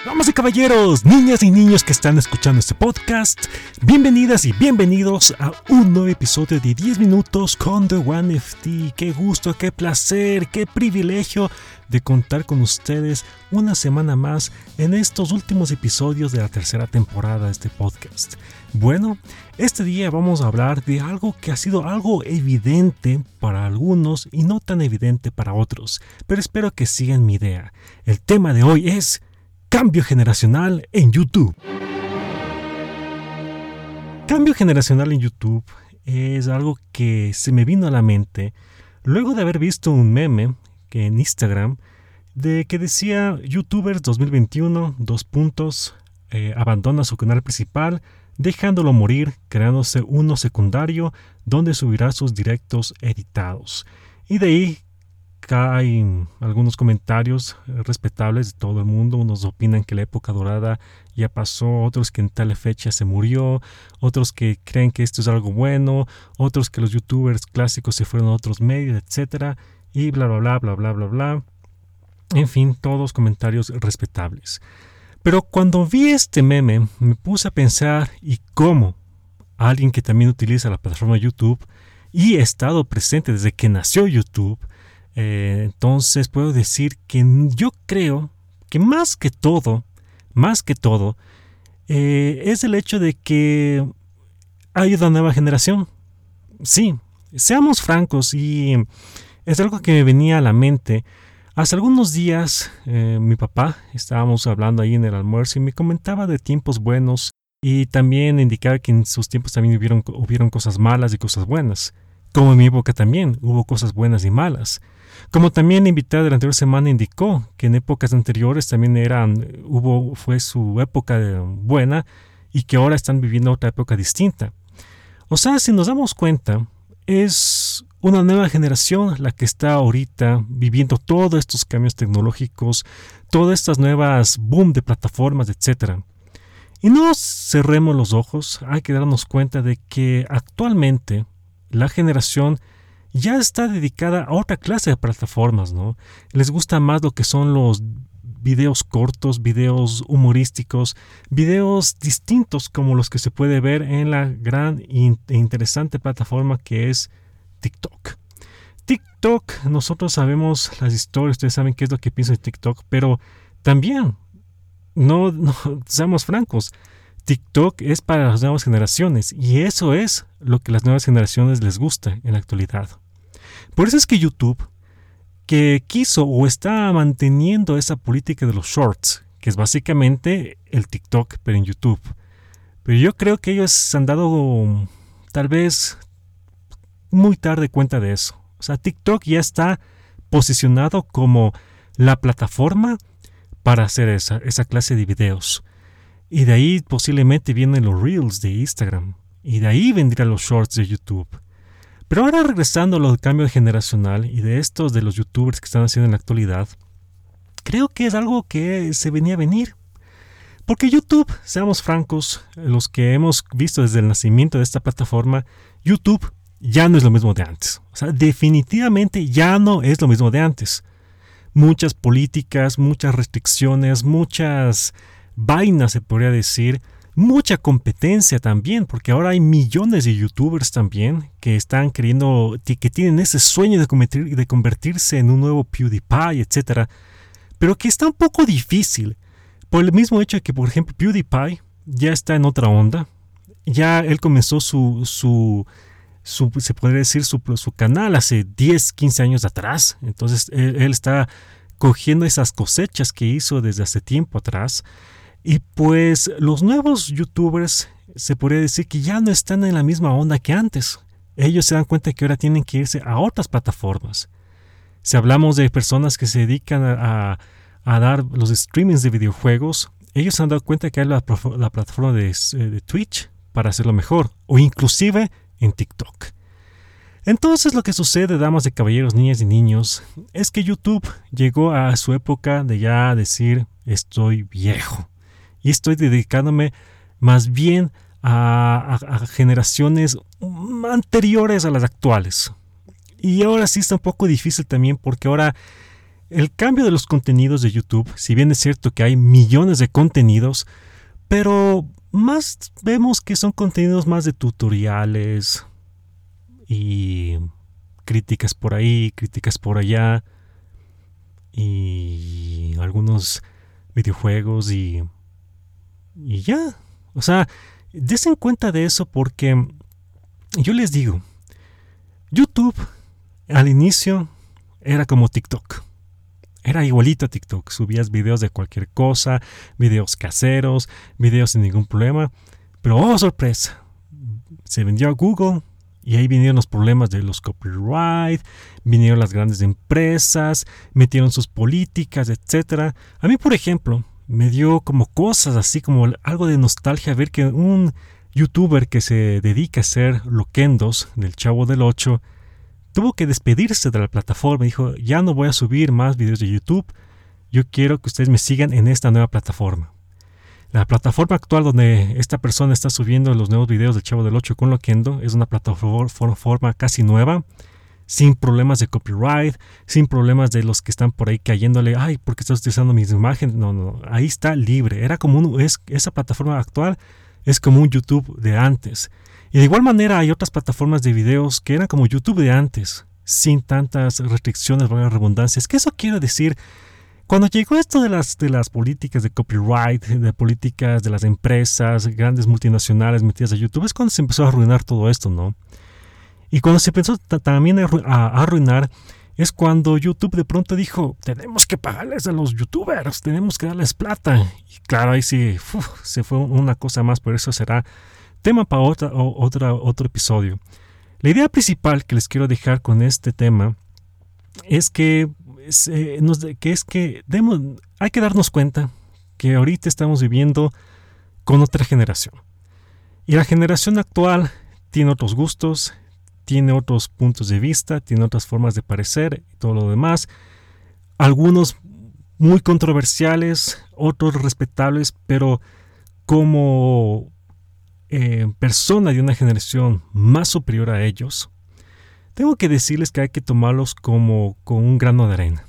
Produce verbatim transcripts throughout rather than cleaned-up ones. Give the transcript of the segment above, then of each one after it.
Damas y caballeros, niñas y niños que están escuchando este podcast, bienvenidas y bienvenidos a un nuevo episodio de diez minutos con The One F T. Qué gusto, qué placer, qué privilegio de contar con ustedes una semana más en estos últimos episodios de la tercera temporada de este podcast. Bueno, este día vamos a hablar de algo que ha sido algo evidente para algunos y no tan evidente para otros, pero espero que sigan mi idea. El tema de hoy es cambio generacional en YouTube. Cambio generacional en YouTube es algo que se me vino a la mente luego de haber visto un meme que en Instagram de que decía YouTubers dos mil veintiuno, dos puntos, eh, abandona su canal principal dejándolo morir, creándose uno secundario donde subirá sus directos editados. Y de ahí caen algunos comentarios respetables de todo el mundo. Unos opinan que la época dorada ya pasó, otros que en tal fecha se murió, otros que creen que esto es algo bueno, otros que los youtubers clásicos se fueron a otros medios, etcétera, y bla bla bla bla bla bla bla. En fin, todos comentarios respetables. Pero cuando vi este meme me puse a pensar y cómo alguien que también utiliza la plataforma YouTube y ha estado presente desde que nació YouTube, Eh, entonces puedo decir que yo creo que más que todo, más que todo, eh, es el hecho de que hay una nueva generación. Sí, seamos francos, y es algo que me venía a la mente. Hace algunos días eh, mi papá, estábamos hablando ahí en el almuerzo y me comentaba de tiempos buenos y también indicaba que en sus tiempos también hubieron, hubieron cosas malas y cosas buenas. Como en mi época también hubo cosas buenas y malas. Como también la invitada de la anterior semana indicó que en épocas anteriores también eran, hubo, fue su época buena y que ahora están viviendo otra época distinta. O sea, si nos damos cuenta, es una nueva generación la que está ahorita viviendo todos estos cambios tecnológicos, todas estas nuevas boom de plataformas, etcétera. Y no cerremos los ojos, hay que darnos cuenta de que actualmente la generación ya está dedicada a otra clase de plataformas, ¿no? Les gusta más lo que son los videos cortos, videos humorísticos, videos distintos como los que se puede ver en la gran e interesante plataforma que es TikTok. TikTok, nosotros sabemos las historias, ustedes saben qué es lo que pienso de TikTok, pero también, no, no seamos francos, TikTok es para las nuevas generaciones y eso es lo que las nuevas generaciones les gusta en la actualidad. Por eso es que YouTube, que quiso o está manteniendo esa política de los shorts, que es básicamente el TikTok pero en YouTube. Pero yo creo que ellos se han dado tal vez muy tarde cuenta de eso. O sea, TikTok ya está posicionado como la plataforma para hacer esa, esa clase de videos. Y de ahí posiblemente vienen los Reels de Instagram. Y de ahí vendrían los Shorts de YouTube. Pero ahora regresando a lo del cambio generacional y de estos de los YouTubers que están haciendo en la actualidad, creo que es algo que se venía a venir. Porque YouTube, seamos francos, los que hemos visto desde el nacimiento de esta plataforma, YouTube ya no es lo mismo de antes. O sea, definitivamente ya no es lo mismo de antes. Muchas políticas, muchas restricciones, muchas vainas se podría decir, mucha competencia también, porque ahora hay millones de youtubers también que están queriendo, que tienen ese sueño de, convertir, de convertirse en un nuevo PewDiePie, etcétera, pero que está un poco difícil, por el mismo hecho de que, por ejemplo, PewDiePie ya está en otra onda, ya él comenzó su, su, su se podría decir, su, su canal hace diez, quince años atrás, entonces él, él está cogiendo esas cosechas que hizo desde hace tiempo atrás. Y pues los nuevos youtubers se podría decir que ya no están en la misma onda que antes. Ellos se dan cuenta que ahora tienen que irse a otras plataformas. Si hablamos de personas que se dedican a, a, a dar los streamings de videojuegos, ellos se han dado cuenta que hay la, la plataforma de, de Twitch para hacerlo mejor, o inclusive en TikTok. Entonces lo que sucede, damas y caballeros, niñas y niños, es que YouTube llegó a su época de ya decir estoy viejo. Y estoy dedicándome más bien a, a, a generaciones anteriores a las actuales. Y ahora sí está un poco difícil también porque ahora el cambio de los contenidos de YouTube, si bien es cierto que hay millones de contenidos, pero más vemos que son contenidos más de tutoriales y críticas por ahí, críticas por allá y algunos videojuegos y, y ya. O sea, desen cuenta de eso porque yo les digo, YouTube al inicio era como TikTok. Era igualito a TikTok. Subías videos de cualquier cosa, videos caseros, videos sin ningún problema. Pero oh, sorpresa, se vendió a Google y ahí vinieron los problemas de los copyright, vinieron las grandes empresas, metieron sus políticas, etcétera. A mí, por ejemplo, me dio como cosas así, como algo de nostalgia ver que un youtuber que se dedica a hacer loquendos del Chavo del Ocho tuvo que despedirse de la plataforma. Dijo, ya no voy a subir más videos de YouTube, yo quiero que ustedes me sigan en esta nueva plataforma. La plataforma actual donde esta persona está subiendo los nuevos videos del Chavo del Ocho con Loquendo es una plataforma casi nueva, sin problemas de copyright, sin problemas de los que están por ahí cayéndole, ay, ¿por qué estás utilizando mis imágenes? No, no, ahí está libre. Era como un, es, esa plataforma actual es como un YouTube de antes. Y de igual manera hay otras plataformas de videos que eran como YouTube de antes, sin tantas restricciones, valga la redundancia. Es que eso quiero decir, cuando llegó esto de las, de las políticas de copyright, de políticas de las empresas, grandes multinacionales metidas a YouTube, es cuando se empezó a arruinar todo esto, ¿no? Y cuando se empezó también a arruinar, es cuando YouTube de pronto dijo, tenemos que pagarles a los youtubers, tenemos que darles plata. Y claro, ahí sí, uf, se fue una cosa más, pero eso será tema para otra, otra, otro episodio. La idea principal que les quiero dejar con este tema es que, es, eh, nos, que, es que demos, hay que darnos cuenta que ahorita estamos viviendo con otra generación. Y la generación actual tiene otros gustos, tiene otros puntos de vista, tiene otras formas de parecer y todo lo demás. Algunos muy controversiales, otros respetables, pero como Eh, persona de una generación más superior a ellos, tengo que decirles que hay que tomarlos como con un grano de arena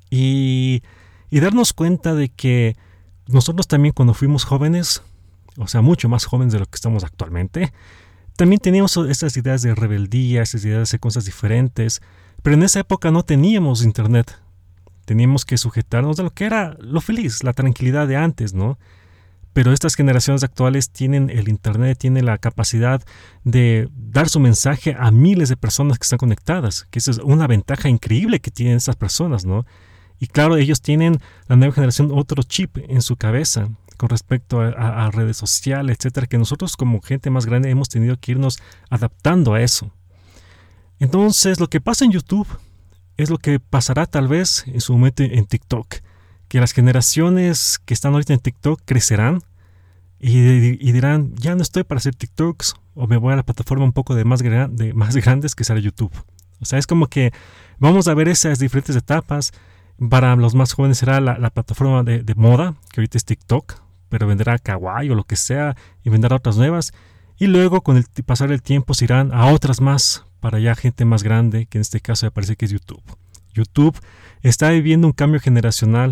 y, y darnos cuenta de que nosotros también cuando fuimos jóvenes, o sea mucho más jóvenes de lo que estamos actualmente, también teníamos esas ideas de rebeldía, esas ideas de hacer cosas diferentes, pero en esa época no teníamos internet, teníamos que sujetarnos de lo que era lo feliz, la tranquilidad de antes, ¿no? Pero estas generaciones actuales tienen el internet, tienen la capacidad de dar su mensaje a miles de personas que están conectadas, que esa es una ventaja increíble que tienen estas personas, ¿no? Y claro, ellos tienen, la nueva generación, otro chip en su cabeza con respecto a, a, a redes sociales, etcétera, que nosotros como gente más grande hemos tenido que irnos adaptando a eso. Entonces, lo que pasa en YouTube es lo que pasará tal vez en su momento en TikTok, que las generaciones que están ahorita en TikTok crecerán y, y dirán, ya no estoy para hacer TikToks, o me voy a la plataforma un poco de más, gran, de más grandes que será YouTube. O sea, es como que vamos a ver esas diferentes etapas. Para los más jóvenes será la, la plataforma de, de moda, que ahorita es TikTok, pero vendrá Kawaii o lo que sea, y vendrá otras nuevas. Y luego, con el pasar del tiempo, se irán a otras más, para ya gente más grande, que en este caso me parece que es YouTube. YouTube está viviendo un cambio generacional.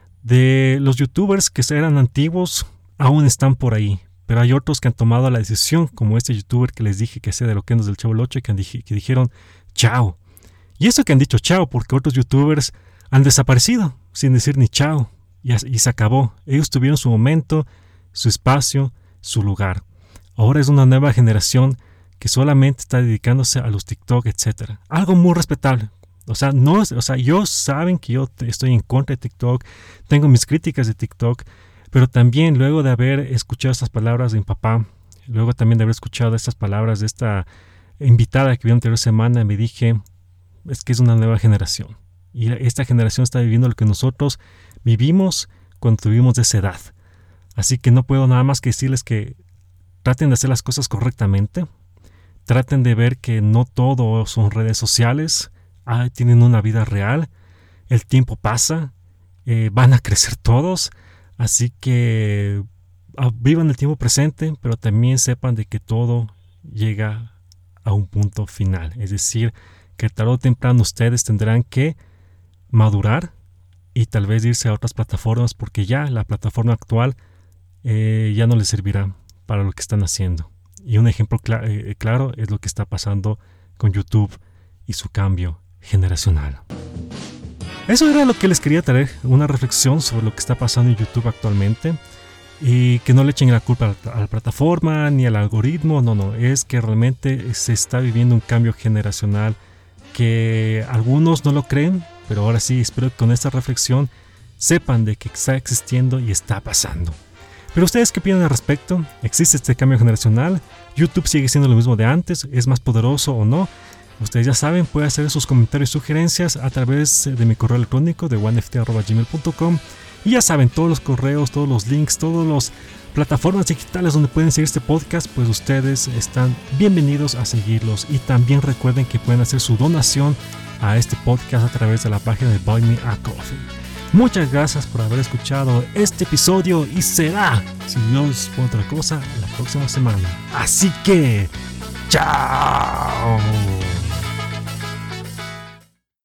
De los youtubers que eran antiguos, aún están por ahí, pero hay otros que han tomado la decisión, como este youtuber que les dije que hacía de Loquendos del Chavo del Ocho, que, que dijeron chao. Y eso que han dicho chao, porque otros youtubers han desaparecido sin decir ni chao, y, y se acabó. Ellos tuvieron su momento, su espacio, su lugar. Ahora es una nueva generación que solamente está dedicándose a los TikTok, etcétera. Algo muy respetable. O sea, no, o sea, ellos saben que yo estoy en contra de TikTok, tengo mis críticas de TikTok, pero también luego de haber escuchado estas palabras de mi papá, luego también de haber escuchado estas palabras de esta invitada que vi la anterior semana, me dije, es que es una nueva generación. Y esta generación está viviendo lo que nosotros vivimos cuando tuvimos de esa edad. Así que no puedo nada más que decirles que traten de hacer las cosas correctamente, traten de ver que no todo son redes sociales, ah, tienen una vida real, el tiempo pasa, eh, van a crecer todos, así que ah, vivan el tiempo presente, pero también sepan de que todo llega a un punto final, es decir, que tarde o temprano ustedes tendrán que madurar y tal vez irse a otras plataformas porque ya la plataforma actual eh, ya no les servirá para lo que están haciendo. Y un ejemplo cl- eh, claro es lo que está pasando con YouTube y su cambio generacional. Eso era lo que les quería traer, una reflexión sobre lo que está pasando en YouTube actualmente. Y que no le echen la culpa a la plataforma ni al algoritmo, no, no, es que realmente se está viviendo un cambio generacional que algunos no lo creen, pero ahora sí, espero que con esta reflexión sepan de que está existiendo y está pasando. Pero ustedes, ¿qué opinan al respecto? ¿Existe este cambio generacional? ¿YouTube sigue siendo lo mismo de antes? ¿Es más poderoso o no? Ustedes ya saben, pueden hacer sus comentarios y sugerencias a través de mi correo electrónico de one f t arroba gmail punto com. Y ya saben, todos los correos, todos los links, todas las plataformas digitales donde pueden seguir este podcast, pues ustedes están bienvenidos a seguirlos. Y también recuerden que pueden hacer su donación a este podcast a través de la página de Buy Me a Coffee. Muchas gracias por haber escuchado este episodio y será, si Dios pone otra cosa, la próxima semana. Así que, ¡chao!